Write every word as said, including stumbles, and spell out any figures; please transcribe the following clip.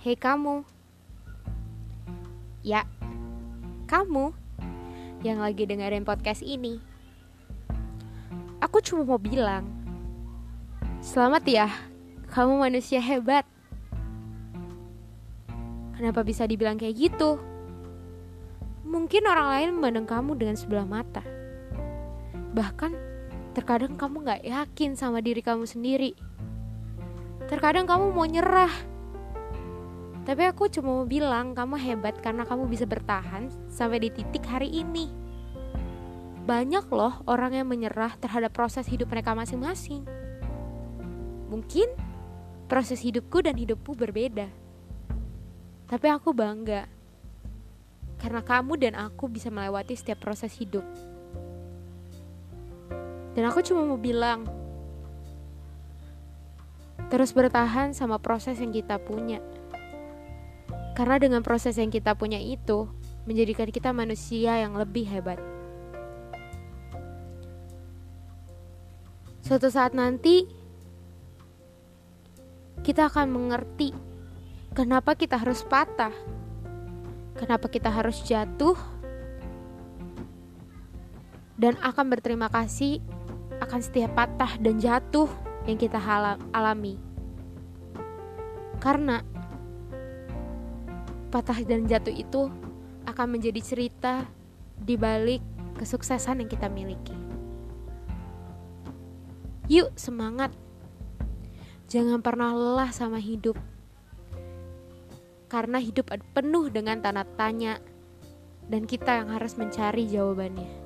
Hei kamu, ya kamu yang lagi dengerin podcast ini. Aku cuma mau bilang, selamat ya, kamu manusia hebat. Kenapa bisa dibilang kayak gitu? Mungkin orang lain memandang kamu dengan sebelah mata. Bahkan terkadang kamu gak yakin sama diri kamu sendiri. Terkadang kamu mau nyerah. Tapi aku cuma mau bilang kamu hebat karena kamu bisa bertahan sampai di titik hari ini. Banyak loh orang yang menyerah terhadap proses hidup mereka masing-masing. Mungkin proses hidupku dan hidupku berbeda. Tapi aku bangga karena kamu dan aku bisa melewati setiap proses hidup. Dan aku cuma mau bilang, terus bertahan sama proses yang kita punya. Karena dengan proses yang kita punya itu menjadikan kita manusia yang lebih hebat. Suatu saat nanti kita akan mengerti kenapa kita harus patah, kenapa kita harus jatuh, dan akan berterima kasih akan setiap patah dan jatuh yang kita alami. Karena patah dan jatuh itu akan menjadi cerita di balik kesuksesan yang kita miliki. Yuk semangat. Jangan pernah lelah sama hidup. Karena hidup penuh dengan tanda tanya dan kita yang harus mencari jawabannya.